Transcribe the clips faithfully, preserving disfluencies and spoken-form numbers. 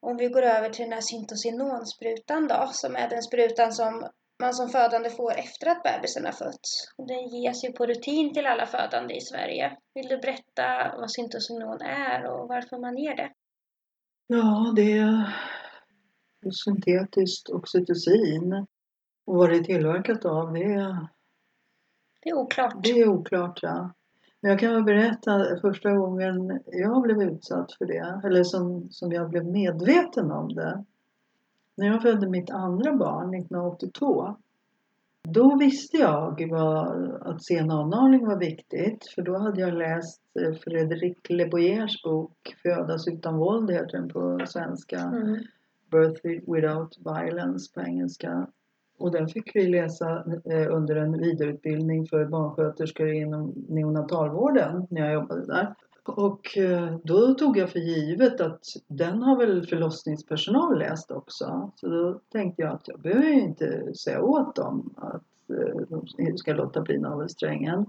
Om vi går över till den här syntocinon-sprutan då, som är den sprutan som man som födande får efter att bebisen har fötts. Den ges ju på rutin till alla födande i Sverige. Vill du berätta vad syntocinon är och varför man ger det? Ja, det är syntetiskt oxytocin. Och vad det är tillverkat av, det är, Det är oklart. det är oklart, ja. Men jag kan väl berätta första gången jag blev utsatt för det. Eller som, som jag blev medveten om det. När jag födde mitt andra barn nittonhundraåttiotvå. Då visste jag vad, att sen avnavling var viktigt. För då hade jag läst Fredrik Le Boyers bok Födas utan våld, heter den på svenska. Mm. Birth Without Violence på engelska. Och den fick vi läsa under en vidareutbildning för barnsköterskor inom neonatalvården när jag jobbade där. Och då tog jag för givet att den har väl förlossningspersonal läst också. Så då tänkte jag att jag behöver inte säga åt dem att de ska låta bli navelsträngen.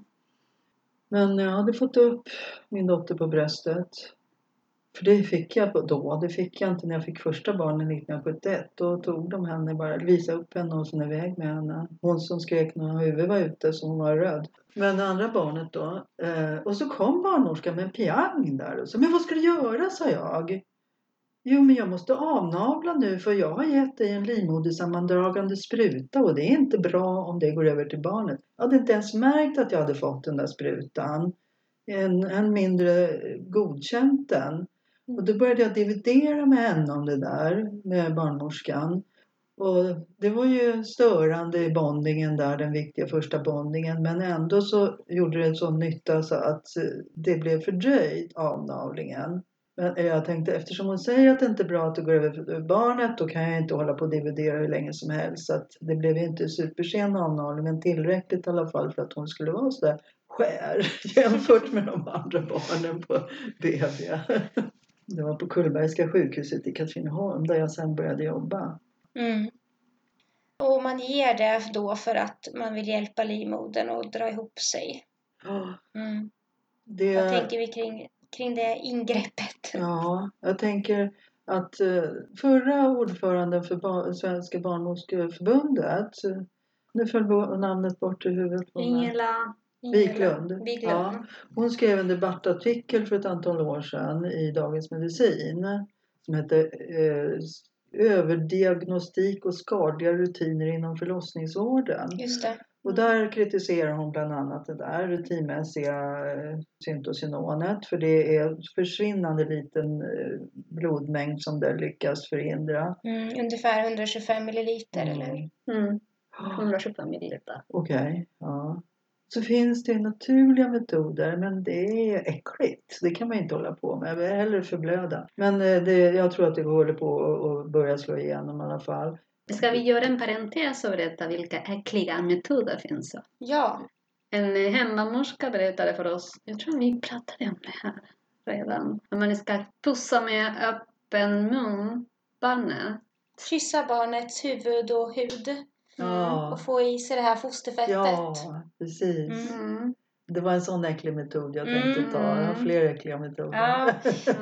Men jag hade fått upp min dotter på bröstet. För det fick jag då. Det fick jag inte när jag fick första barnen nittonhundrasjuttioett. Då tog de henne bara, visade upp henne och sen iväg med henne. Hon som skrek när huvudet var ute så hon var röd. Men det andra barnet då. Eh, och så kom barnmorskan med en piang där. Och så, men vad ska du göra, sa jag. Jo, men jag måste avnavla nu för jag har gett dig en livmodersammandragande spruta. Och det är inte bra om det går över till barnet. Jag hade inte ens märkt att jag hade fått den där sprutan. En, en mindre godkänt den. Och då började jag dividera med henne om det där med barnmorskan. Och det var ju störande i bondingen där, den viktiga första bondingen. Men ändå så gjorde det en sån nytta så att det blev fördröjt avnavlingen. Men jag tänkte, eftersom hon säger att det inte är bra att det går över barnet, då kan jag inte hålla på och dividera hur länge som helst. Så att det blev inte supersen avnavling, men tillräckligt i alla fall för att hon skulle vara så där skär jämfört med de andra barnen på B B. Det var på Kullbergska sjukhuset i Katrineholm där jag sen började jobba. Mm. Och man ger det då för att man vill hjälpa livmodern och dra ihop sig. Mm. Det... Vad tänker vi kring, kring det ingreppet? Ja, jag tänker att förra ordföranden för bar- Svenska barnmorskeförbundet, nu föll namnet bort i huvudet på mig. Ingela... Wiklund. Wiklund. Ja, hon skrev en debattartikel för ett antal år sedan i Dagens Medicin som hette eh, Överdiagnostik och skadliga rutiner inom förlossningsvården. Just det. Och där kritiserar hon bland annat det där rutinmässiga eh, syntocinonet, för det är försvinnande liten eh, blodmängd som det lyckas förhindra. Mm, ungefär hundratjugofem milliliter Mm. eller? Mm. hundratjugofem milliliter. Okej, okay, ja. Så finns det naturliga metoder, men det är äckligt. Det kan man inte hålla på med. Jag är hellre förblöda. Men det, jag tror att det håller på att börja slå igenom i alla fall. Ska vi göra en parentes och berätta vilka äckliga metoder finns? Ja. En hembarnmorska berättade för oss, jag tror vi pratade om det här redan. Att man ska pussa med öppen mun barnet. Kyssa barnets huvud och hud. Ja. Och få i sig det här fosterfettet. Ja, precis. Mm. Det var en sån äcklig metod jag tänkte Mm. ta. Jag har fler äckliga metoder. Ja.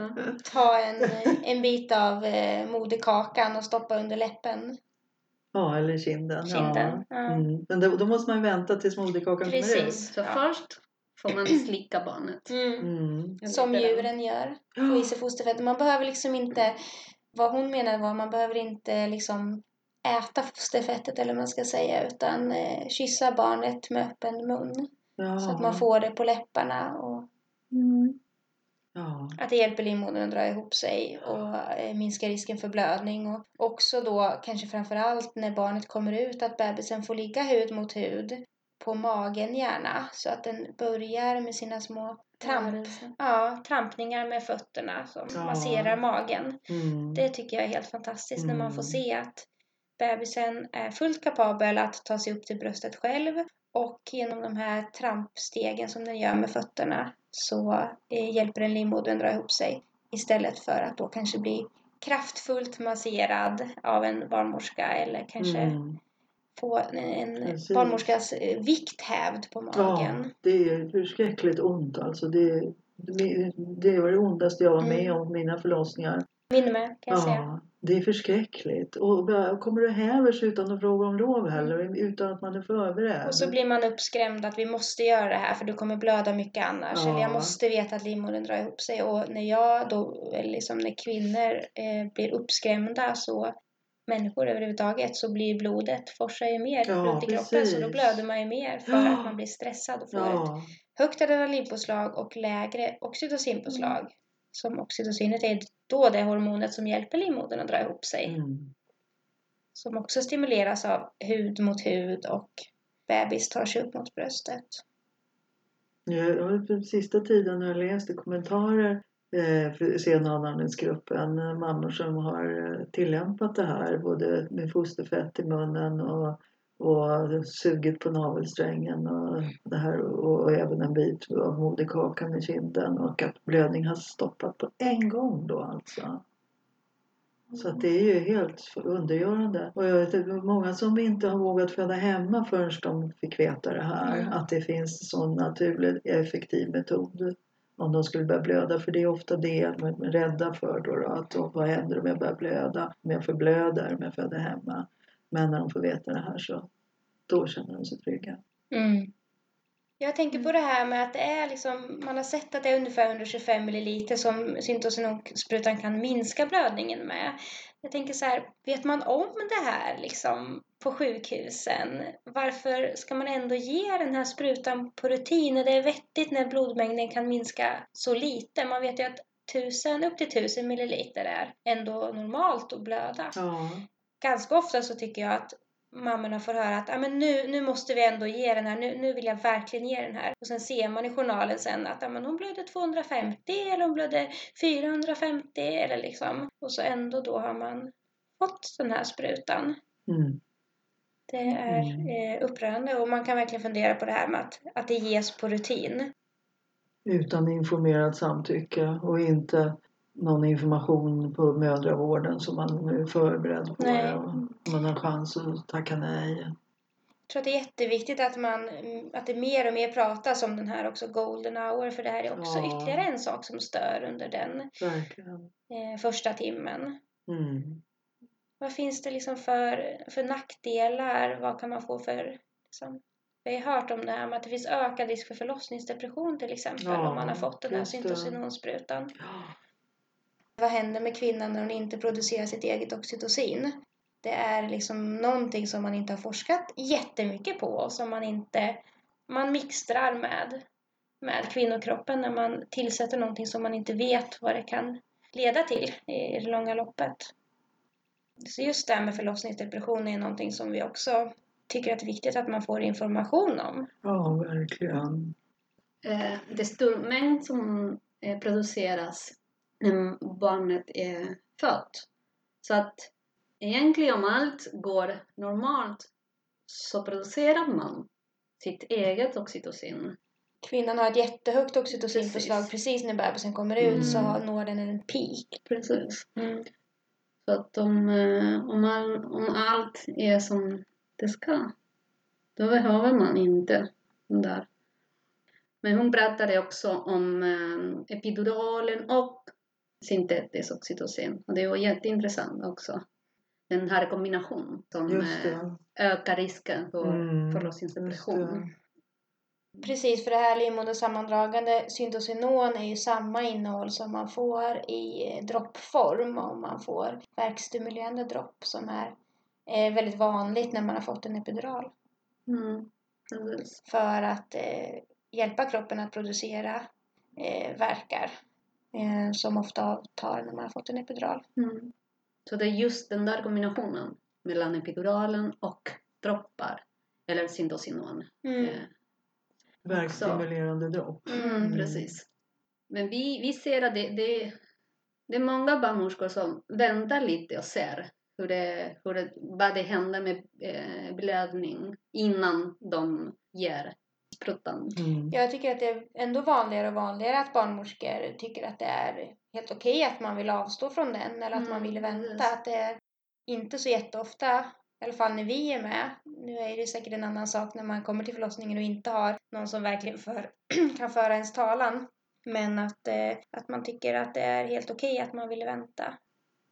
Ta en, en bit av eh, moderkakan och stoppa under läppen. Ja, eller kinden. Kinden, ja. ja. Mm. Men då, då måste man vänta tills moderkakan kommer ut. Precis. Så Ja. först får man slicka barnet. Mm. Mm. Som djuren gör. Få i sig fosterfettet. Man behöver liksom inte, vad hon menade var, man behöver inte liksom äta fosterfettet eller vad man ska säga. Utan eh, kyssa barnet med öppen mun. Ja. Så att man får det på läpparna. Och Mm. Ja. att det hjälper livmodern att dra ihop sig och eh, minska risken för blödning. Och också då kanske framförallt när barnet kommer ut att bebisen får ligga hud mot hud på magen gärna. Så att den börjar med sina små tramp, ja, trampningar med fötterna som Ja. masserar magen. Mm. Det tycker jag är helt fantastiskt Mm. när man får se att bebisen är fullt kapabel att ta sig upp till bröstet själv. Och genom de här trampstegen som den gör med fötterna så eh, hjälper den livmodern dra ihop sig. Istället för att då kanske bli kraftfullt masserad av en barnmorska. Eller kanske Mm. få en Precis. barnmorskas eh, vikt hävd på magen. Ja, det är förskräckligt ont. Alltså det, det, det var det ondaste jag var med Mm. om mina förlossningar. Min med, kan jag säga. Ja, det är förskräckligt. Och bara kommer du hävers utan att fråga om lov heller, mm. utan att man är förberedd. Och så blir man uppskrämd att vi måste göra det här för du kommer blöda mycket annars. Ja. Eller jag måste veta att livmodern drar ihop sig. Och när jag då, eller liksom när kvinnor eh, blir uppskrämda, så människor överhuvudtaget, så blir blodet forsar ju mer ja, runt i kroppen. precis. Så då blöder man ju mer för ja. att man blir stressad och får ja. ett högt adrenalinpåslag och lägre oxytocinpåslag. Mm. Som oxytocinet är då det hormonet som hjälper livmodern att dra ihop sig. Mm. Som också stimuleras av hud mot hud och bebis tar sig upp mot bröstet. Jag har på sista tiden när jag läste kommentarer eh, för senavandringsgruppen, mammor som har tillämpat det här både med fosterfett i munnen och, och sugit på navelsträngen och det här och, och även en bit av moderkakan i kinden och att blödning har stoppat på en gång då alltså. Så att det är ju helt undergörande. Och jag vet många som inte har vågat föda hemma förrän de fick veta det här. Mm. Att det finns en sån naturlig effektiv metod om de skulle börja blöda. För det är ofta det man är rädda för då. då att då, vad händer om jag börjar blöda? Om jag förblöder om jag föder hemma. Men när de får veta det här så då känner de sig trygga. Mm. Jag tänker på det här med att det är liksom, man har sett att det är ungefär hundratjugofem milliliter som Syntocinon-sprutan kan minska blödningen med. Jag tänker så här, vet man om det här liksom på sjukhusen? Varför ska man ändå ge den här sprutan på rutin? Det är vettigt när blodmängden kan minska så lite. Man vet ju att tusen, upp till tusen milliliter är ändå normalt att blöda. Ja. Ganska ofta så tycker jag att mammorna får höra att ah, men nu, nu måste vi ändå ge den här, nu, nu vill jag verkligen ge den här. Och sen ser man i journalen sen att ah, men hon blödde tvåhundrafemtio eller hon blödde fyrahundrafemtio eller liksom. Och så ändå då har man fått den här sprutan. Mm. Det är mm. eh, upprörande och man kan verkligen fundera på det här med att, att det ges på rutin. Utan informerat samtycke och inte någon information på mödravården som man nu är förberedd på. Nej. Och man har chans att tacka nej. Jag tror att det är jätteviktigt att, man, att det mer och mer pratas om den här också golden hour. För det här är också ja. ytterligare en sak som stör under den eh, första timmen. Mm. Vad finns det liksom för, för nackdelar? Vad kan man få för... Liksom, vi har hört om det här med att det finns ökad risk för förlossningsdepression till exempel. Ja, om man har fått den här Syntocinon-sprutan. Ja. Vad händer med kvinnan när hon inte producerar sitt eget oxytocin? Det är liksom någonting som man inte har forskat jättemycket på. Och som man inte... Man mixtrar med, med kvinnokroppen när man tillsätter någonting som man inte vet vad det kan leda till i det långa loppet. Så just det här med förlossningsdepression är någonting som vi också tycker att det är viktigt att man får information om. Ja, verkligen. Eh, det är stor mängd som eh, produceras när barnet är fött. Så att egentligen om allt går normalt så producerar man sitt eget oxytocin. Kvinnan har ett jättehögt oxytocinpåslag precis. precis när bebisen kommer ut mm. så når den en peak. Precis. Mm. Så att om, om, all, om allt är som det ska, då behöver man inte den där. Men hon pratade också om eh, epiduralen och syntetisk oxytocin. Och det var jätteintressant också. Den här kombinationen som eh, ökar risken för mm, förlossningsdepression. Precis, för det här livmodersammandragande Syntocinon är ju samma innehåll som man får i droppform om man får verkstimulerande dropp som är eh, väldigt vanligt när man har fått en epidural. Mm. För att eh, hjälpa kroppen att producera eh, verkar eh, som ofta avtar när man har fått en epidural. Mm. Så det är just den där kombinationen mellan epiduralen och droppar eller Syntocinon. Mm. Eh, Verkstimulerande dropp. Mm, mm. Precis. Men vi, vi ser att det, det, det är många barnmorskor som väntar lite och ser hur det, hur det, vad det händer med eh, blödning innan de ger sprutan. Mm. Jag tycker att det är ändå vanligare och vanligare att barnmorskor tycker att det är helt okej att man vill avstå från den eller att mm, man vill vänta. Yes. Att det är inte så jätteofta, i alla fall när vi är med. Nu är det säkert en annan sak när man kommer till förlossningen och inte har någon som verkligen för, kan föra ens talan. Men att, eh, att man tycker att det är helt okej att man vill vänta.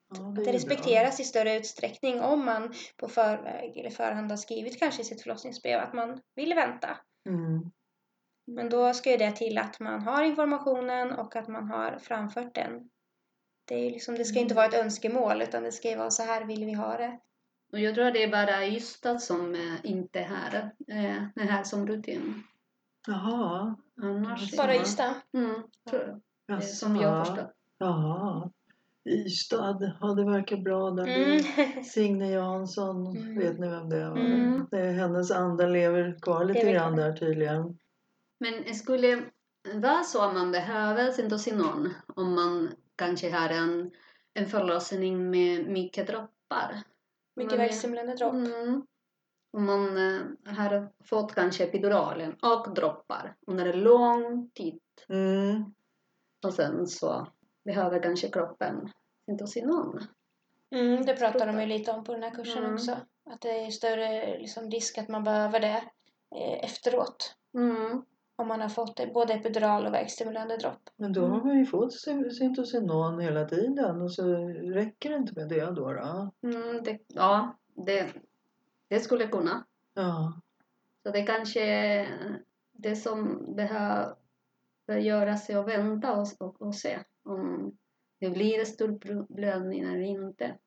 Ja, det att är det ju respekteras i större utsträckning om man på förväg eller förhand har skrivit kanske i sitt förlossningsbrev att man vill vänta. bra. Mm. Men då ska ju det till att man har informationen och att man har framfört den. Det, är ju liksom, det ska inte vara ett önskemål utan det ska ju vara så här vill vi ha det. Och jag tror att det är bara Ystad som eh, inte har eh, det här som rutin. Jaha. Annars Ja, Bara Ja. Ystad. Mm, tror jag. Det är Jaså. som jag förstår. Jaha. Ystad. Ja, det verkar bra. Där Mm. blir Signe Jansson. Mm. Vet ni vem det är? va? Mm. Det är hennes anda lever kvar lite Lever grann kvar. där tydligen. Men skulle vara så att man behöver Syntocinon om man kanske har en, en förlossning med mycket droppar. Mycket Man- värkstimulerande dropp. Mm. Om man eh, har fått kanske epiduralen och droppar under en lång tid. Mm. Och sen så behöver kanske kroppen Syntocinon. Mm, det pratar de ju lite om på den här kursen Mm. också. Att det är större liksom, risk att man behöver det eh, efteråt. Mm. Om man har fått det, både epidural och värkstimulerande dropp. Men då har man ju fått sy- Syntocinon hela tiden och så räcker det inte med det då. då. Mm, det, ja, det, det skulle kunna. Ja. Så det kanske är det som behöver göras är att vänta och, och, och se om det blir stor blödning eller inte.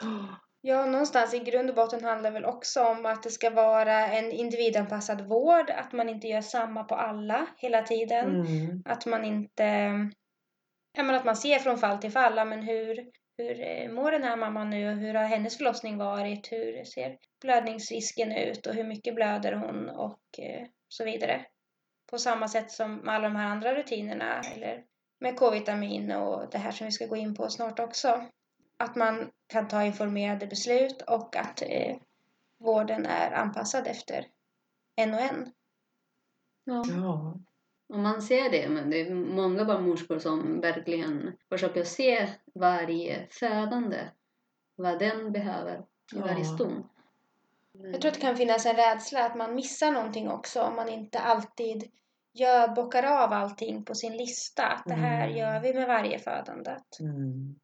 Ja, någonstans i grund och botten handlar det väl också om att det ska vara en individanpassad vård. Att man inte gör samma på alla hela tiden. Mm. Att man inte... Ja, men att man ser från fall till fall. Men hur, hur eh, mår den här mamman nu? Och hur har hennes förlossning varit? Hur ser blödningsrisken ut? Och hur mycket blöder hon? Och eh, så vidare. På samma sätt som med alla de här andra rutinerna. Eller med K-vitamin och det här som vi ska gå in på snart också. Att man kan ta informerade beslut och att eh, vården är anpassad efter en och en. Ja. Ja. Och man ser det, men det är många barnmorskor som verkligen försöker se varje födande, vad den behöver i varje Ja. stund. Jag tror att det kan finnas en rädsla att man missar någonting också om man inte alltid gör, bockar av allting på sin lista. Att det här Mm. gör vi med varje födande. Mm.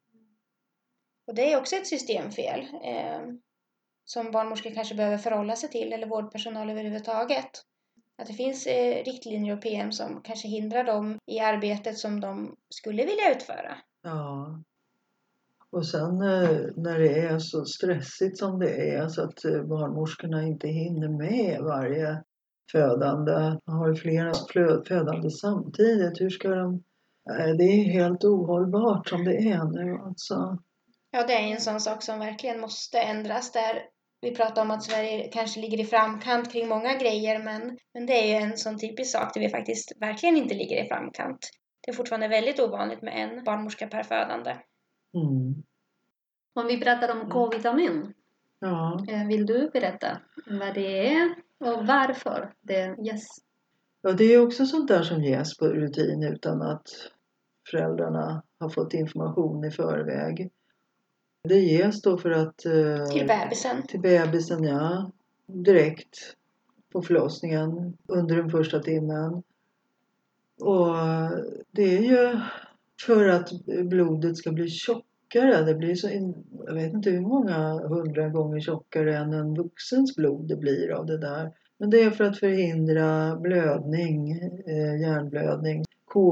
Och det är också ett systemfel eh, som barnmorskor kanske behöver förhålla sig till eller vårdpersonal överhuvudtaget. Att det finns eh, riktlinjer och P M som kanske hindrar dem i arbetet som de skulle vilja utföra. Ja. Och sen eh, när det är så stressigt som det är så att eh, barnmorskorna inte hinner med varje födande. Man har ju flera flö- födande samtidigt. Hur ska de... Nej, det är helt ohållbart som det är nu alltså. Ja, det är en sån sak som verkligen måste ändras där. Vi pratar om att Sverige kanske ligger i framkant kring många grejer, men, men det är ju en sån typisk sak där vi faktiskt verkligen inte ligger i framkant. Det är fortfarande väldigt ovanligt med en barnmorska per födande. Mm. Om vi pratar om K-vitamin, Ja. eh, vill du berätta vad det är och varför det ges? Ja, det är också sånt där som ges på rutin utan att föräldrarna har fått information i förväg. Det ges då för att... Eh, Till bebisen. Till bebisen, ja. Direkt på förlossningen under den första timmen. Och det är ju för att blodet ska bli tjockare. Det blir så, jag vet inte hur många hundra gånger tjockare än en vuxens blod det blir av det där. Men det är för att förhindra blödning, eh, hjärnblödning,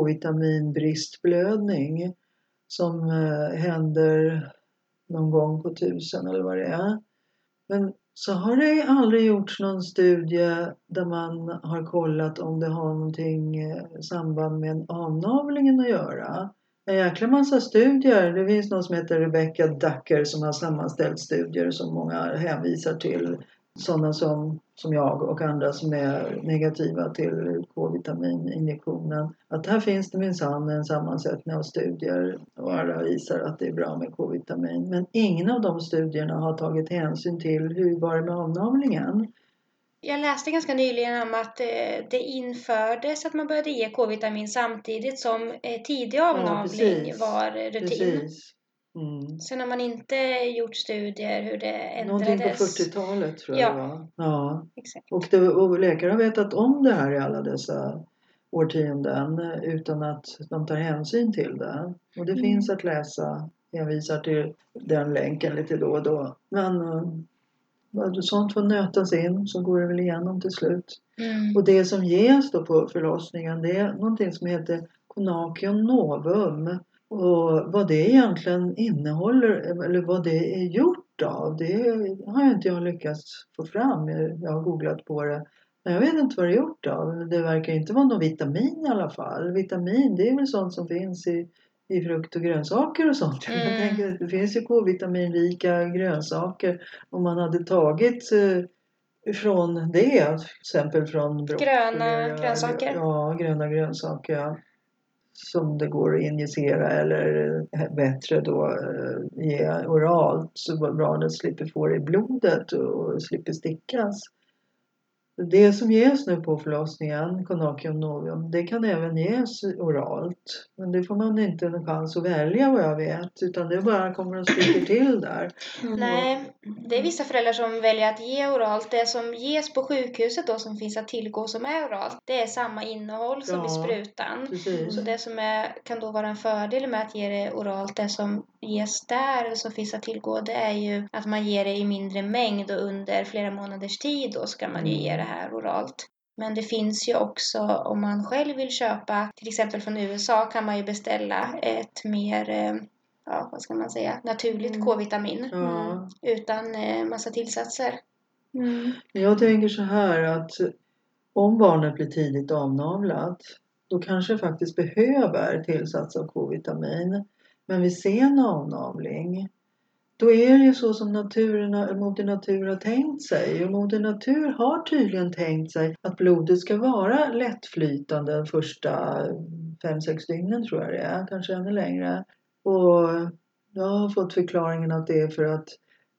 K-vitaminbristblödning som eh, händer någon gång på tusen eller vad det är. Men så har det aldrig gjorts någon studie där man har kollat om det har någonting eh, samband med avnavlingen att göra. En jäkla massa studier. Det finns någon som heter Rebecca Ducker som har sammanställt studier som många hänvisar till. Sådana som, som jag och andra som är negativa till K-vitamininjektionen. Att här finns det minsann en sammansättning av studier och alla visar att det är bra med K-vitamin. Men ingen av de studierna har tagit hänsyn till hur var det med avnavlingen. Jag läste ganska nyligen om att eh, det infördes att man började ge K-vitamin samtidigt som eh, tidig avnavling precis. var rutin. Precis. Mm. Sen har man inte gjort studier hur det ändrades. Någonting på fyrtiotalet tror jag Ja. det var. Ja. Exakt. Och, det, och läkare har vetat om det här i alla dessa årtionden utan att de tar hänsyn till det. Och det Mm. finns att läsa hänvisar till den länken lite då och då. Men uh, sånt får nötas in, så går det väl igenom till slut. Mm. Och det som ges då på förlossningen, det är någonting som heter Conachion novum. Och vad det egentligen innehåller, eller vad det är gjort av, det har jag inte jag lyckats få fram. Jag har googlat på det. Men jag vet inte vad det är gjort av. Det verkar inte vara något vitamin i alla fall. Vitamin, det är väl sånt som finns i, i frukt och grönsaker och sånt. Mm. Jag tänker, det finns ju K-vitaminrika grönsaker. Om man hade tagit eh, från det, till exempel från broccoli. Gröna grönsaker. Ja, gröna grönsaker, ja. Som det går att injicera eller bättre då ge oralt, så barnet slipper få det i blodet och slipper stickas. Det som ges nu på förlossningen, Conachion novum, det kan även ges oralt. Men det får man inte en chans att välja vad jag vet, utan det bara kommer att sticka till där. Mm. Nej, det är vissa föräldrar som väljer att ge oralt. Det som ges på sjukhuset då, som finns att tillgå som är oralt, det är samma innehåll som Ja, i sprutan. Precis. Så det som är, kan då vara en fördel med att ge det oralt, det som ges där, som finns att tillgå, det är ju att man ger det i mindre mängd och under flera månaders tid, då ska man ju ge det här oralt. Men det finns ju också, om man själv vill köpa, till exempel från U S A kan man ju beställa ett mer, eh, ja vad ska man säga, naturligt Mm. K-vitamin. Ja. Mm. Utan eh, massa tillsatser. Mm. Jag tänker så här att om barnet blir tidigt avnavlat, då kanske det faktiskt behöver tillsats av K-vitamin. Men vid sen avnavling, då är det ju så som naturen, Moder Natur har tänkt sig. Och Moder Natur har tydligen tänkt sig att blodet ska vara lättflytande de första fem sex dygnen, tror jag det är. Kanske ännu längre. Och jag har fått förklaringen att det är för att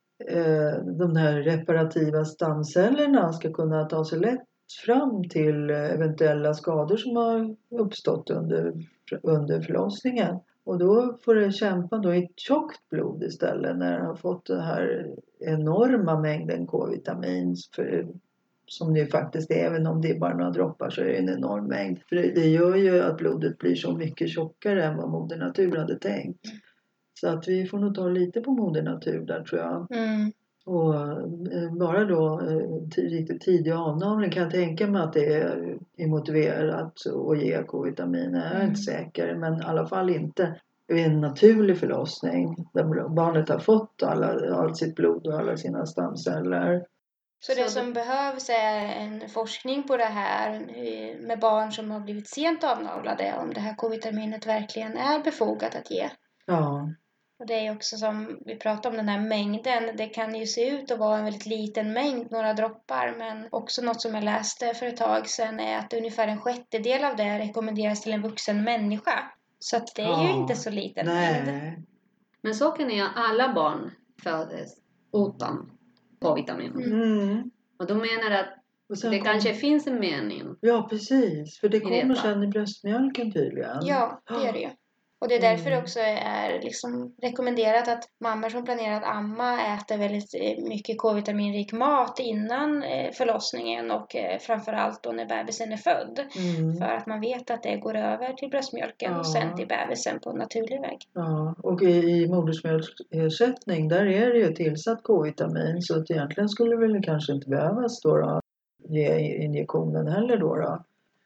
eh, de här reparativa stamcellerna ska kunna ta sig lätt fram till eventuella skador som har uppstått under, under förlossningen. Och då får det kämpa då i ett tjockt blod istället när det har fått den här enorma mängden K-vitamin. För, som det faktiskt är, även om det är bara några droppar så är det en enorm mängd. För det, det gör ju att blodet blir så mycket tjockare än vad Moder Natur hade tänkt. Så att vi får nog ta lite på Moder Natur där, tror jag. Mm. Och bara då riktigt tidig avnavling kan jag tänka mig att det är motiverat att ge K-vitamin. Jag är Mm. inte säker, men i alla fall inte vid en naturlig förlossning där barnet har fått alla, all sitt blod och alla sina stamceller. Så det Så som behövs är en forskning på det här med barn som har blivit sent avnavlade, om det här K-vitaminet verkligen är befogat att ge. Ja. Och det är också som vi pratar om, den här mängden. Det kan ju se ut att vara en väldigt liten mängd, några droppar. Men också något som jag läste för ett tag sedan är att ungefär en sjättedel av det rekommenderas till en vuxen människa. Så att det är Ja. ju inte så liten Nej. mängd. Men så kan ju alla barn födas utan K-vitamin. Mm. Och du menar att Och sen det kom- kanske finns en mening. Ja, precis. För det I kommer detta. sen i bröstmjölken tydligen. Ja, det är det ju. Och det är Mm. därför det också är liksom rekommenderat att mammor som planerar att amma äter väldigt eh, mycket K-vitaminrik mat innan eh, förlossningen och eh, framförallt då när bebisen är född. Mm. För att man vet att det går över till bröstmjölken Ja. och sen till bebisen på naturlig väg. Ja, och i, i modersmjölksersättning där är det ju tillsatt K-vitamin, så att egentligen skulle det väl kanske inte behövas då, då ge injektionen heller då, då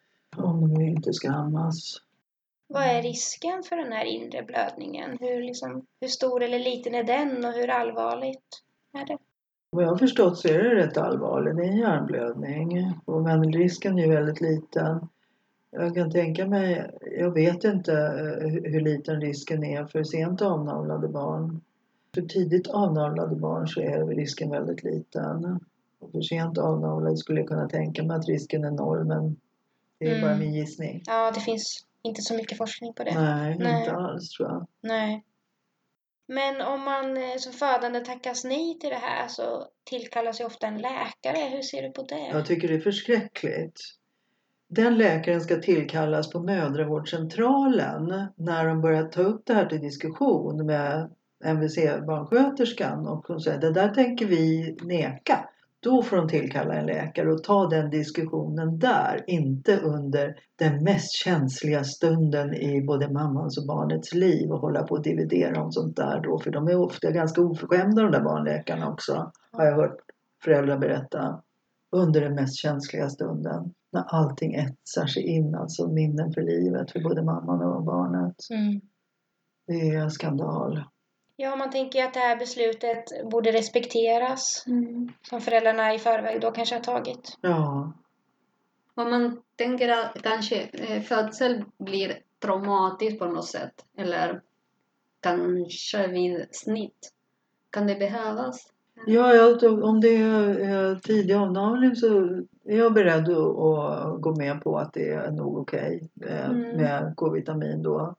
om de inte ska ammas. Vad är risken för den här inre blödningen? Hur, liksom, hur stor eller liten är den och hur allvarligt är det? Vad jag har förstått så är det rätt allvarligt, det är en hjärnblödning, och men risken är ju väldigt liten. Jag kan tänka mig, jag vet inte hur liten risken är för sent avnavlade barn. För tidigt avnavlade barn så är risken väldigt liten. Och för sent avnavlade skulle jag kunna tänka mig att risken är noll, men det är Mm. bara min gissning. Ja, det finns inte så mycket forskning på det. Nej, Nej. inte alls tror jag. Nej. Men om man eh, som födande tackas nej till det här så tillkallas ju ofta en läkare. Hur ser du på det? Jag tycker det är förskräckligt. Den läkaren ska tillkallas på mödravårdscentralen när de börjar ta upp det här till diskussion med M V C-barnsköterskan och hon säger det där tänker vi neka. Då får de tillkalla en läkare och ta den diskussionen där. Inte under den mest känsliga stunden i både mammans och barnets liv. Och hålla på att dividera om sånt där då. För de är ofta ganska oförskämda de där barnläkarna också. Har jag hört föräldrar berätta. Under den mest känsliga stunden. När allting etsar sig in. Alltså minnen för livet för både mamman och barnet. Mm. Det är skandal. Ja, man tänker att det här beslutet borde respekteras. Mm. Som föräldrarna i förväg då kanske har tagit. Ja. Om man tänker att kanske eh, födsel blir traumatiskt på något sätt. Eller kanske vid snitt. Kan det behövas? Ja, jag, om det är tidig avnavling så är jag beredd att, att gå med på att det är nog okej med, Mm. med K-vitamin då.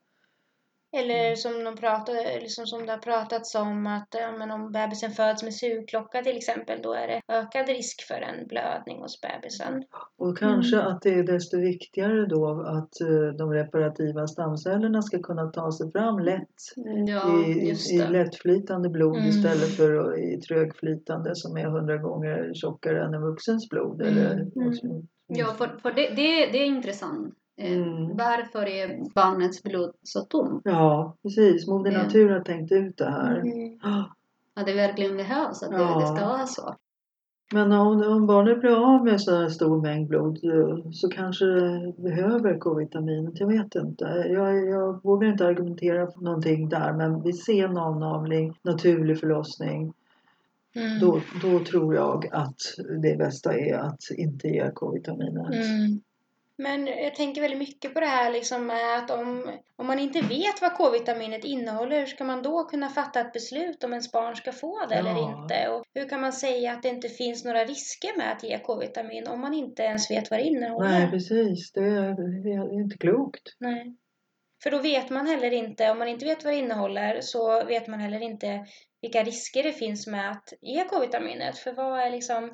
Eller som de pratar, liksom som det har pratats om att ja, men om bebisen föds med sugklocka till exempel, då är det ökad risk för en blödning hos bebisen. Och kanske Mm. att det är desto viktigare då att eh, de reparativa stamcellerna ska kunna ta sig fram lätt Ja, i, just i det. lättflytande blod Mm. istället för i trögflytande som är hundra gånger tjockare än en vuxens blod. Mm. Eller, Mm. Ja, för, för det, det, det är intressant. Eh, Mm. Varför är barnets blod så tomt? Ja, precis. Moder Ja. Natur har tänkt ut det här. Mm. Att det verkligen behövs, att det, Ja. det ska vara så. Men om, om barnet blir av med så här stor mängd blod så, så kanske det behöver K-vitaminet. Jag vet inte. Jag, jag vågar inte argumentera för någonting där. Men vid sen avnavling, naturlig förlossning. Mm. Då, då tror jag att det bästa är att inte ge K-vitaminet. Mm. Men jag tänker väldigt mycket på det här liksom med att om, om man inte vet vad K-vitaminet innehåller, hur ska man då kunna fatta ett beslut om ens barn ska få det Ja. eller inte? Och hur kan man säga att det inte finns några risker med att ge K-vitamin om man inte ens vet vad det innehåller? Nej, precis. Det är, det är inte klokt. Nej. För då vet man heller inte, om man inte vet vad det innehåller så vet man heller inte vilka risker det finns med att ge K-vitaminet. För vad är liksom,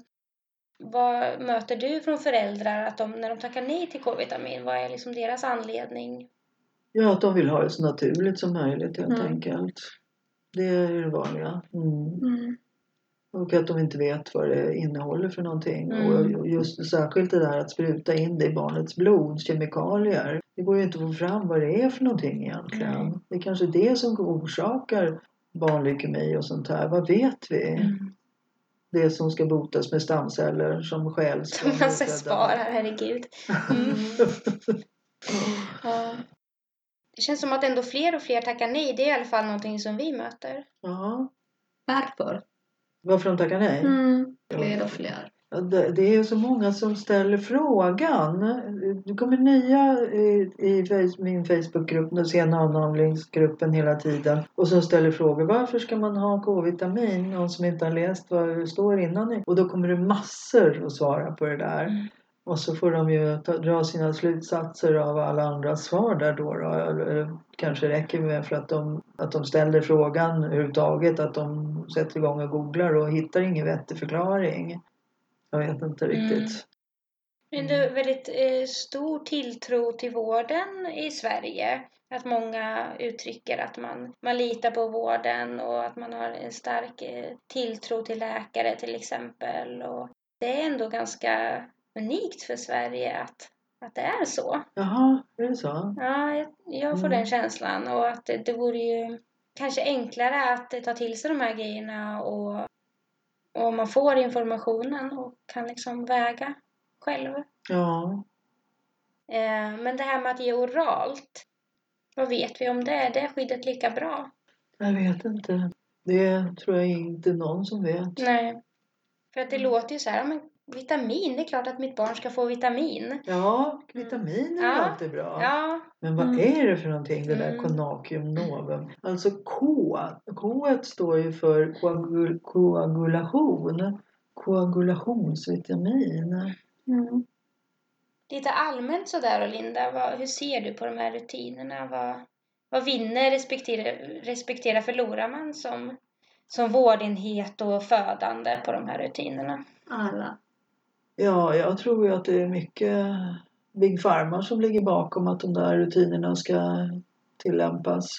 vad möter du från föräldrar att de, när de tackar nej till K-vitamin, vad är liksom deras anledning? Ja, att de vill ha det så naturligt som möjligt helt Mm. enkelt. Det är det vanliga. Mm. Mm. Och att de inte vet vad det innehåller för någonting. Mm. Och just särskilt det där att spruta in det i barnets blod, kemikalier. Det går ju inte att få fram vad det är för någonting egentligen. Mm. Det är kanske det som orsakar barnleukemi och sånt här. Vad vet vi? Mm. Det som ska botas med stamceller som stjäls Som från man ska ofödda. spara, herregud. Mm. Ja. Det känns som att ändå fler och fler tackar nej. Det är i alla fall någonting som vi möter. Ja. Varför? Varför de tackar nej? Mm. Fler och fler. Ja, det, det är så många som ställer frågan. Det kommer nya i, i face, min Facebookgrupp, den sena avnavlingsgruppen hela tiden. Och som ställer frågor. Varför ska man ha K-vitamin? Någon som inte har läst vad det står innan. Och då kommer det massor att svara på det där. Mm. Och så får de ju ta, dra sina slutsatser av alla andra svar där då. då. Eller, kanske räcker med för att de, att de ställer frågan överhuvudtaget. Att de sätter igång och googlar och hittar ingen vettig förklaring. Jag vet inte riktigt. Mm. Men det är väldigt eh, stor tilltro till vården i Sverige. Att många uttrycker att man, man litar på vården och att man har en stark eh, tilltro till läkare till exempel. Och det är ändå ganska unikt för Sverige att, att det är så. Jaha, är det så? Ja, jag, jag får Mm. den känslan. Och att det, det vore ju kanske enklare att ta till sig de här grejerna och, och man får informationen och kan liksom väga själv. Ja. Eh, men det här med att ge oralt, vad vet vi om det? Är det skyddet lika bra? Jag vet inte. Det tror jag inte någon som vet. Nej. För att det låter ju så här, men vitamin, det är klart att mitt barn ska få vitamin. Ja, vitamin är Ja. alltid bra. Ja. Men vad Mm. är det för någonting, det där Mm. Conacium novum? Alltså K. K står ju för koagul- koagulation. Koagulationsvitamin. Mm. Lite allmänt sådär, Linda, vad, hur ser du på de här rutinerna? Vad, vad vinner respektive, respektive förlorar man som, som vårdenhet och födande på de här rutinerna? Alla. Ja, jag tror ju att det är mycket Big Pharma som ligger bakom att de där rutinerna ska tillämpas.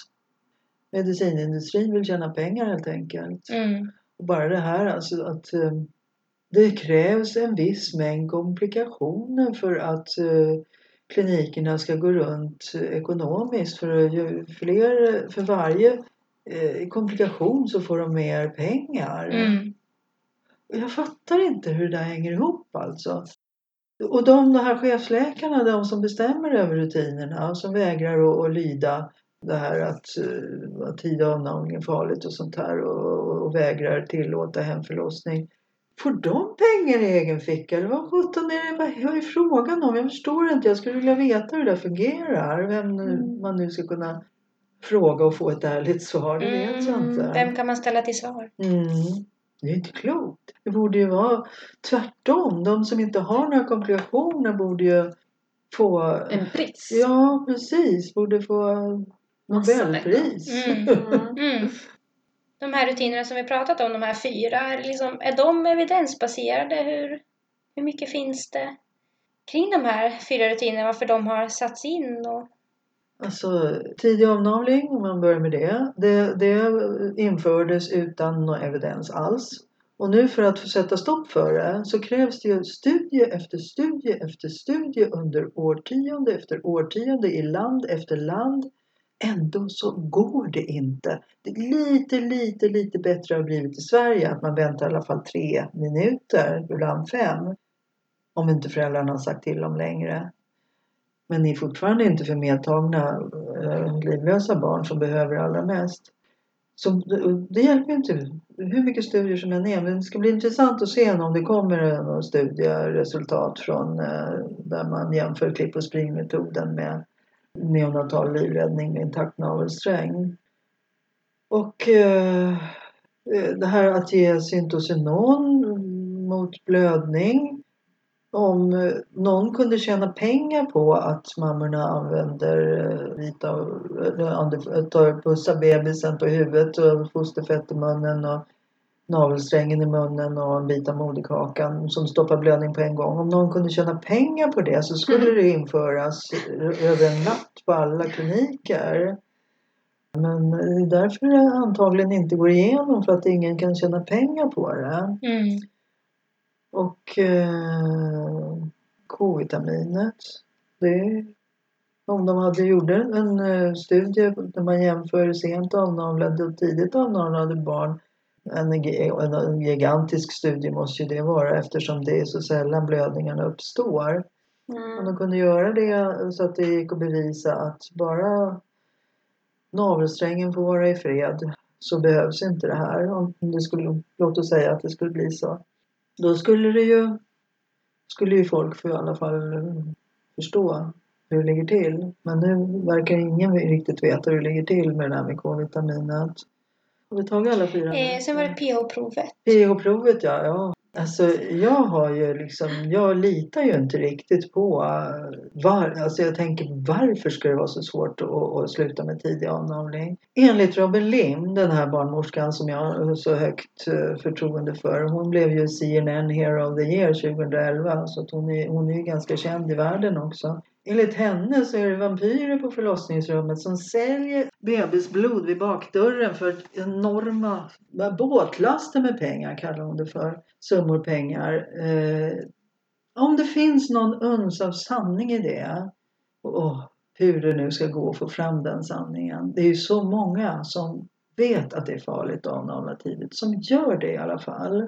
Medicinindustrin vill tjäna pengar helt enkelt. Mm. Och bara det här alltså att eh, det krävs en viss mängd komplikationer för att eh, klinikerna ska gå runt ekonomiskt. För, ju fler, för varje eh, komplikation så får de mer pengar. Mm. Jag fattar inte hur det där hänger ihop alltså. Och de, de här chefsläkarna, de som bestämmer över rutinerna och som vägrar att, att lyda det här att, uh, att tidig avnavling är farligt och sånt här och, och vägrar tillåta hemförlossning. Får de pengar i egen ficka? Eller vad sjutton är det? Vad, vad är frågan om? Jag förstår inte. Jag skulle vilja veta hur det fungerar. Vem Mm. man nu ska kunna fråga och få ett ärligt svar. Det vet jag inte. Vem kan man ställa till svar? Mm. Det är inte klokt. Det borde ju vara tvärtom. De som inte har några komplikationer borde ju få... En pris. Ja, precis. Borde få Nobelpris. Mm. Mm. De här rutinerna som vi pratat om, de här fyra, är, liksom, är de evidensbaserade? Hur, hur mycket finns det kring de här fyra rutinerna? Varför de har satts in? Och... Alltså, tidig avnavling, om man börjar med det, det, det infördes utan någon evidens alls. Och nu för att få sätta stopp för det så krävs det ju studie efter studie efter studie under årtionde efter årtionde i land efter land. Ändå så går det inte. Det är lite, lite, lite bättre har blivit i Sverige att man väntar i alla fall tre minuter, ibland fem. Om inte föräldrarna har sagt till om längre. Men det är fortfarande inte för medtagna äh, livlösa barn som behöver allra mest. Så det hjälper inte hur mycket studier som än är. Men det ska bli intressant att se om det kommer någon studieresultat från äh, där man jämför klipp- och springmetoden med neonatal livräddning med intakt navelsträng. Och äh, det här att ge Syntocinon mot blödning. Om någon kunde tjäna pengar på att mammorna använder vita, tar pussar bebisen på huvudet och fosterfett i munnen och navelsträngen i munnen och en bit av moderkakan som stoppar blödning på en gång. Om någon kunde tjäna pengar på det så skulle det införas över en natt på alla kliniker. Men det är därför det antagligen inte går igenom, för att ingen kan tjäna pengar på det. Mm. Och eh, K-vitaminet, det, om de hade gjort en eh, studie där man jämför sent avnavlade och tidigt avnavlade barn, en, en gigantisk studie måste ju det vara eftersom det är så sällan blödningarna uppstår. Mm. Om de kunde göra det så att det gick att bevisa att bara navelsträngen får vara i fred så behövs inte det här. Om det skulle, låt oss säga att det skulle bli så. Då skulle det ju, skulle ju folk få i alla fall förstå hur det ligger till. Men nu verkar ingen riktigt veta hur det ligger till med det här med K-vitaminet. Har vi tagit alla fyra? Eh, sen var det P H-provet. P H-provet, ja. ja. Alltså jag har ju liksom, jag litar ju inte riktigt på var, alltså jag tänker varför ska det vara så svårt att, att sluta med tidig avnavling? Enligt Robin Lim, den här barnmorskan som jag har så högt förtroende för, hon blev ju C N N Hero of the Year tjugoelva, så att hon är, hon är ju ganska känd i världen också. Enligt henne så är det vampyrer på förlossningsrummet som säljer bebisblod vid bakdörren för enorma båtlaster med pengar, kallar hon det för. Summor pengar. Eh, om det finns någon uns av sanning i det. Och hur det nu ska gå att få fram den sanningen. Det är ju så många som vet att det är farligt att avnavla tidigt. Som gör det i alla fall.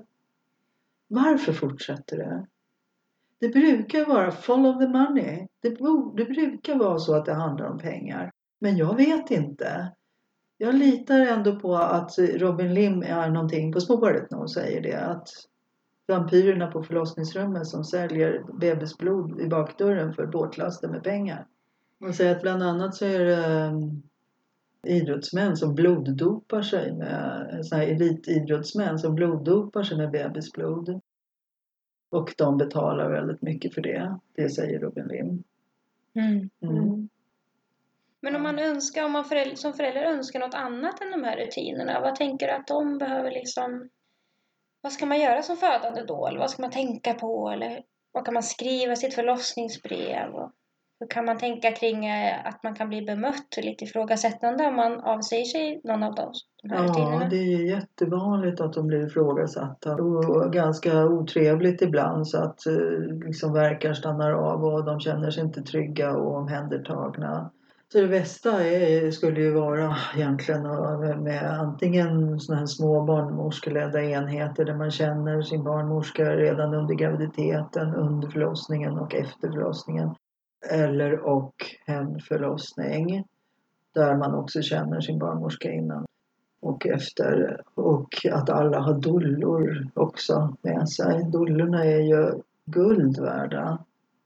Varför fortsätter det? Det brukar vara follow the money. Det, det brukar vara så att det handlar om pengar. Men jag vet inte. Jag litar ändå på att Robin Lim är någonting på spåret när hon säger det. Att vampyrerna på förlossningsrummet som säljer bebisblod i bakdörren för båtlaster med pengar. Hon säger att bland annat så är det idrottsmän som bloddopar sig med, såna här elitidrottsmän som bloddopar sig med bebisblod. Och de betalar väldigt mycket för det. Det säger Robin Lim. Mm. Mm. Men om man önskar, om man förälder, som förälder önskar något annat än de här rutinerna, vad tänker du att de behöver liksom, vad ska man göra som födande då? Eller vad ska man tänka på? Eller vad kan man skriva i sitt förlossningsbrev? Och... Hur kan man tänka kring eh, att man kan bli bemött lite ifrågasättande om man avsäger sig någon av dem, de här Ja, rutinerna? det är ju jättevanligt att de blir ifrågasatta och ganska otrevligt ibland så att eh, liksom verkar stannar av och de känner sig inte trygga och omhändertagna. Så det bästa är, skulle ju vara egentligen med antingen såna här små barnmorskeledda enheter där man känner sin barnmorska redan under graviditeten, under förlossningen och efter förlossningen. Eller och hemförlossning där man också känner sin barnmorska innan och efter. Och att alla har doulor också med sig. Doulorna är ju guld värda.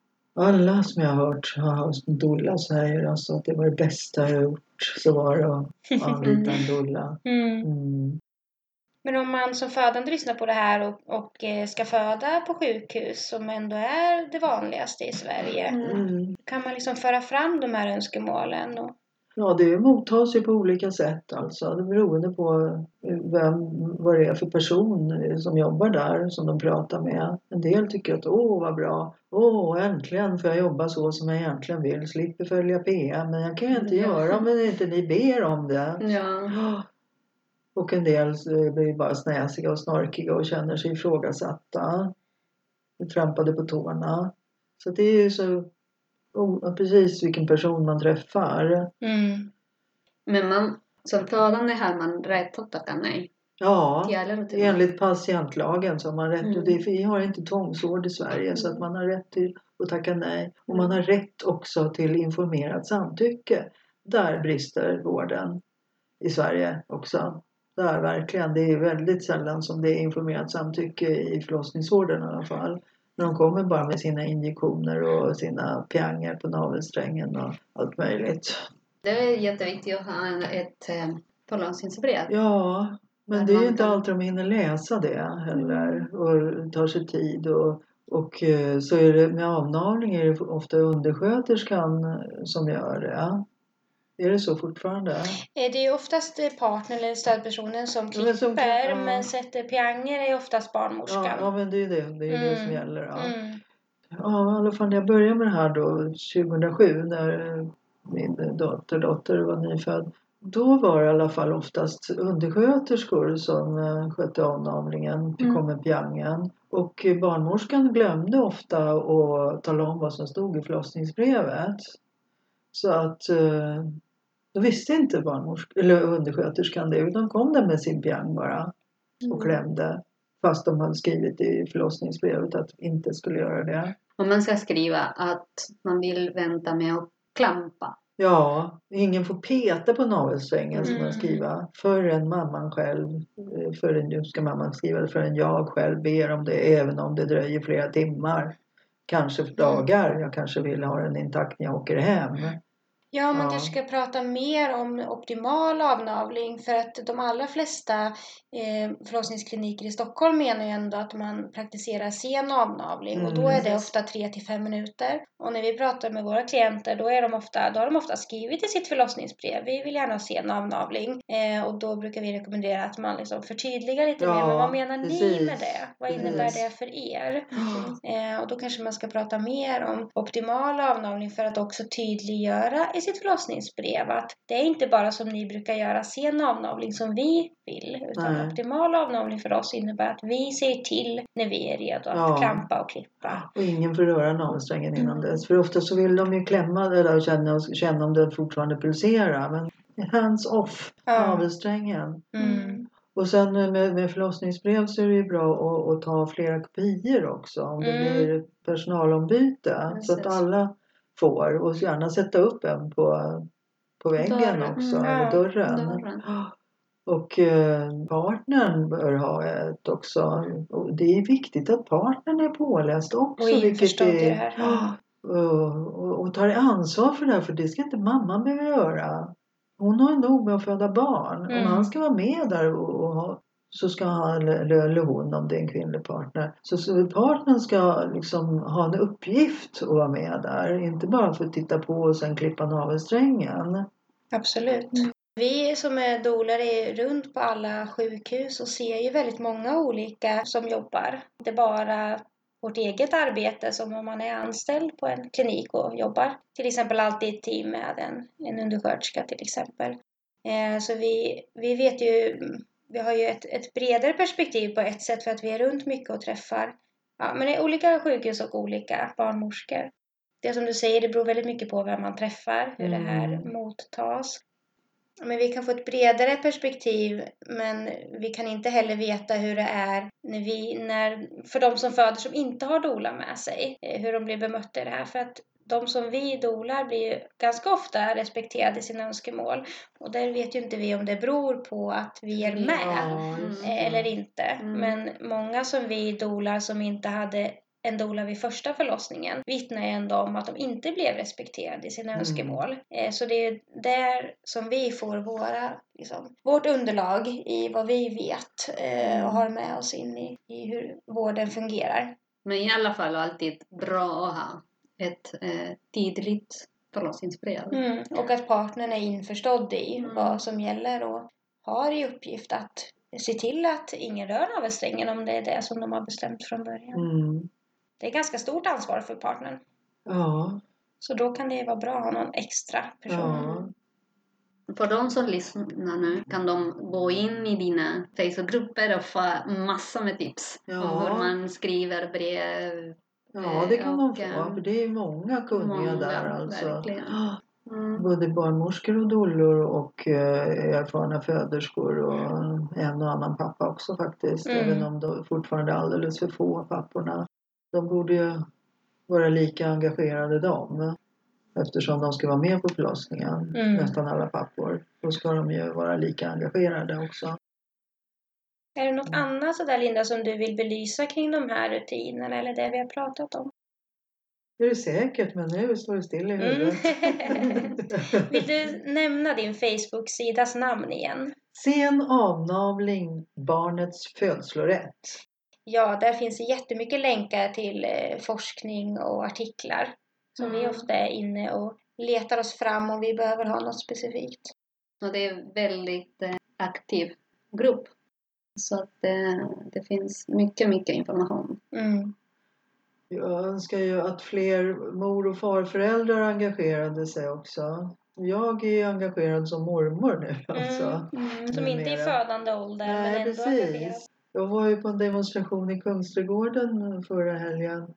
Alla som jag har hört har haft en doula säger alltså att det var det bästa jag gjort. Så var det att anlita en doula. Mm. Mm. Men om man som födande lyssnar på det här och, och eh, ska föda på sjukhus som ändå är det vanligaste i Sverige. Mm. Kan man liksom föra fram de här önskemålen? Och... Ja, det mottas ju på olika sätt alltså. Det beroende på vem, vad det är för person som jobbar där som de pratar med. En del tycker att åh vad bra, åh äntligen får jag jobba så som jag egentligen vill. Slipper följa P M, men jag kan ju inte Ja. göra om inte ni ber om det. Ja. Och en del blir bara snäsiga och snorkiga och känner sig ifrågasatta. Trampade på tårna. Så det är ju så oh, precis vilken person man träffar. Mm. Men man, som födande har man rätt att tacka nej. Ja, Till alla rutiner. enligt patientlagen så har man rätt. Mm. Och det, vi har inte tvångsvård i Sverige så att man har rätt till att tacka nej. Och man har rätt också till informerat samtycke. Där brister vården i Sverige också. Där verkligen. Det är väldigt sällan som det är informerat samtycke i förlossningsvården i alla fall. När de kommer bara med sina injektioner och sina pianger på navelsträngen och allt möjligt. Det är jätteviktigt att ha en, ett eh, förlossningsbrev. Ja, men Där det är ju man inte kan- alltid de hinner läsa det heller och tar sig tid. Och, och eh, så är det med avnavling är det ofta undersköterskan som gör det. Är det så fortfarande? Eh, Det är ju oftast eh, partner eller stödpersonen som Ja, klipper, men som kan- ja. men sätter pianger är oftast barnmorskan. Ja, ja men det är ju det, det, är det som Mm. gäller. Ja. Mm. Ja, i alla fall när jag började med det här då tjugohundrasju när min dotter, dotter var nyfödd. Då var det i alla fall oftast undersköterskor som eh, skötte avnavlingen, Mm. kom med piangen. Och eh, barnmorskan glömde ofta att tala om vad som stod i förlossningsbrevet. Så att eh, då visste inte barnmorsk eller undersköterskan det, utan kom där med sin piang bara och klämde. Fast de hade skrivit i förlossningsbrevet att inte skulle göra det. Och man ska skriva att man vill vänta med att klampa. Ja, ingen får peta på navelsträngen ska man Mm. skriva. Förrän mamman själv, eh, förrän nu ska mamman skriva det, förrän jag själv ber om det, även om det dröjer flera timmar. Kanske för dagar, jag kanske vill ha den intakt när jag åker hem. Ja, man Ja. kanske ska prata mer om optimal avnavling för att de allra flesta eh, förlossningskliniker i Stockholm menar ju ändå att man praktiserar sen avnavling Mm. och då är det ofta tre till fem minuter. Och när vi pratar med våra klienter då, är de ofta, då har de ofta skrivit i sitt förlossningsbrev, vi vill gärna ha sen avnavling eh, och då brukar vi rekommendera att man liksom förtydligar lite Ja, mer, men vad menar precis. ni med det? Vad Precis. innebär det för er? Eh, och då kanske man ska prata mer om optimal avnavling för att också tydliggöra i sitt förlossningsbrev att det är inte bara som ni brukar göra sen avnavling som vi vill, utan Nej. optimal avnavling för oss innebär att vi säger till när vi är redo att Ja. klampa och klippa. Och ingen får röra navelsträngen innan dess. För ofta så vill de ju klämma eller känna, känna om den fortfarande pulserar. Men hands off Ja. navelsträngen. Mm. Och sen med, med förlossningsbrev så är det ju bra att, att ta flera kopior också. Om det Mm. blir personalombyte. Så att Precis. alla får. Och gärna sätta upp en på, på väggen Dörren. också. Mm, Eller ja, dörren. dörren. Och eh, partnern bör ha ett också. Och det är viktigt att partnern är påläst också. Och införstådd vilket i är, det här. Ja, och, och, och tar ansvar för det här. För det ska inte mamman behöva göra. Hon har ju nog med att föda barn. Mm. Om han ska vara med där och, och ha, så ska han eller, eller hon om det är en kvinnlig partner. Så, så partnern ska liksom ha en uppgift att vara med där. Inte bara för att titta på och sen klippa navelsträngen. Absolut. Vi som är doulor är runt på alla sjukhus och ser ju väldigt många olika som jobbar. Det är bara vårt eget arbete som om man är anställd på en klinik och jobbar. Till exempel alltid i ett team med en, en undersköterska till exempel. Eh, så vi, vi vet ju, vi har ju ett, ett bredare perspektiv på ett sätt för att vi är runt mycket och träffar. Ja, men det är olika sjukhus och olika barnmorskor. Det som du säger, det beror väldigt mycket på vem man träffar, hur mm. det här mottas. Men vi kan få ett bredare perspektiv, men vi kan inte heller veta hur det är när vi, när, för de som föder som inte har doula med sig, hur de blir bemötta i det här. För att de som vi dolar blir ju ganska ofta respekterade i sina önskemål. Och där vet ju inte vi om det beror på att vi är med ja, eller inte. Mm. Men många som vi dolar som inte hade en doula vid första förlossningen vittnar ändå om att de inte blev respekterade i sina mm. önskemål. Eh, så det är där som vi får våra, liksom, vårt underlag i vad vi vet eh, och har med oss in i, i hur vården fungerar. Men i alla fall alltid bra att ha ett eh, tydligt förlossningsbrev. Mm. Och att partnern är införstådd i mm. vad som gäller och har i uppgift att se till att ingen rör navelsträngen om det är det som de har bestämt från början. Mm. Det är ganska stort ansvar för partnern. Ja. Så då kan det vara bra att ha någon extra person. Ja. För de som lyssnar nu kan de gå in i dina Facebookgrupper och få massor med tips. Ja. Om hur man skriver brev. Ja, det kan och, de få. För det är många kunniga många, där alltså. Mm. Både barnmorskor och doulor och eh, erfarna föderskor och en och annan pappa också faktiskt. Mm. Även om de fortfarande är alldeles för få papporna. De borde ju vara lika engagerade de. Eftersom de ska vara med på förlossningen. Mm. Nästan alla pappor. Då ska de ju vara lika engagerade också. Är det något annat så där, Linda, som du vill belysa kring de här rutinerna eller det vi har pratat om? Det är det säkert, men nu står det still i huvudet. Mm. Vill du nämna din Facebook-sidas namn igen? Sen avnavling, barnets födslorätt. Ja, där finns jättemycket länkar till eh, forskning och artiklar. Som mm. vi ofta är inne och letar oss fram om vi behöver ha något specifikt. Och det är en väldigt eh, aktiv grupp. Så att det, det finns mycket, mycket information. Mm. Jag önskar ju att fler mor- och farföräldrar engagerade sig också. Jag är engagerad som mormor nu alltså. Mm, mm, som inte är i födande ålder. Nej, men ändå precis. engagerad. Jag var ju på en demonstration i Kungsträdgården förra helgen.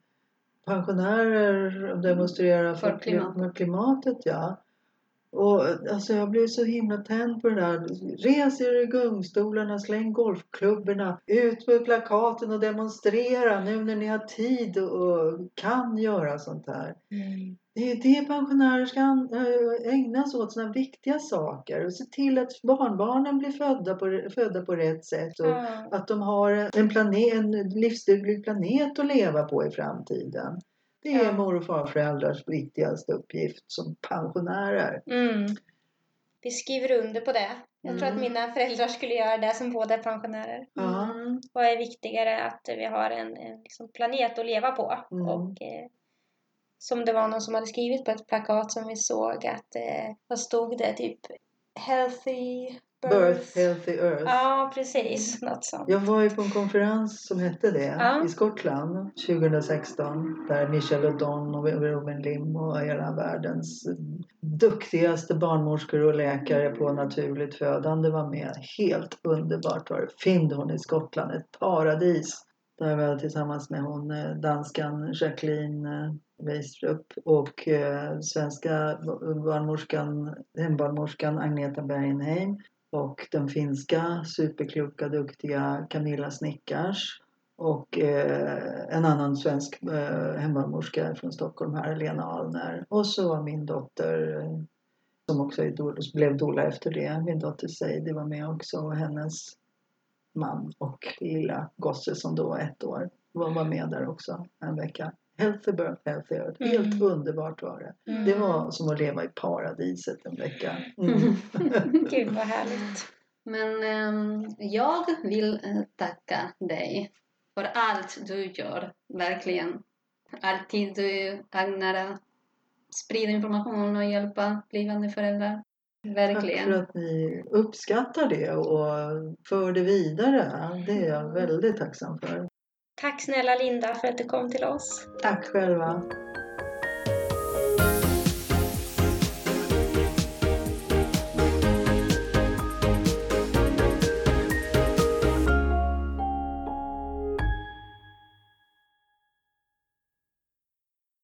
Pensionärer demonstrerar för, för klimatet. För klimatet ja. Och alltså jag blev så himla tänd på det där. Res er i gungstolarna, släng golfklubborna, ut med plakaten och demonstrera nu när ni har tid och kan göra sånt här. Mm. Det är det pensionärer ska ägna sig åt, såna viktiga saker. Och se till att barnbarnen blir födda på, födda på rätt sätt. Och mm. att de har en, planet, en livsduglig planet att leva på i framtiden. Det är ja. mor- och farföräldrars viktigaste uppgift som pensionärer. Mm. Vi skriver under på det. Jag mm. tror att mina föräldrar skulle göra det som båda är pensionärer. Mm. Vad är viktigare att vi har en, en liksom planet att leva på. Mm. Och eh, som det var någon som hade skrivit på ett plakat som vi såg att eh, vad stod det typ healthy birth, birth healthy earth. Ja, precis. Något sånt. Jag var ju på en konferens som hette det ja. i Skottland tjugohundrasexton. Där Michelle O'Donnell och Robin Lim och hela världens duktigaste barnmorskor och läkare på naturligt födande var med. Helt underbart var det. Findhorn i Skottland, ett paradis. Där var jag tillsammans med hon danskan Jacqueline Weistrup och eh, svenska barnmorskan, hembarnmorskan Agneta Bergenheim. Och den finska superkloka, duktiga Camilla Snickars. Och eh, en annan svensk eh, hembarnmorska från Stockholm här, Lena Alner. Och så var min dotter, eh, som också är doula, blev doula efter det. Min dotter Seidi var med också och hennes man och lilla gosse som då var ett år. De var med där också en vecka. Healthy birth, healthy earth. Mm. Helt underbart var det. Mm. Det var som att leva i paradiset en vecka. Mm. Gud vad härligt. Men um, jag vill uh, tacka dig för allt du gör. Verkligen. Alltid du ägnar att sprida information och hjälpa blivande föräldrar. Verkligen. Tack för att ni uppskattar det och för det vidare. Det är jag väldigt tacksam för. Tack snälla Linda för att du kom till oss. Tack själva.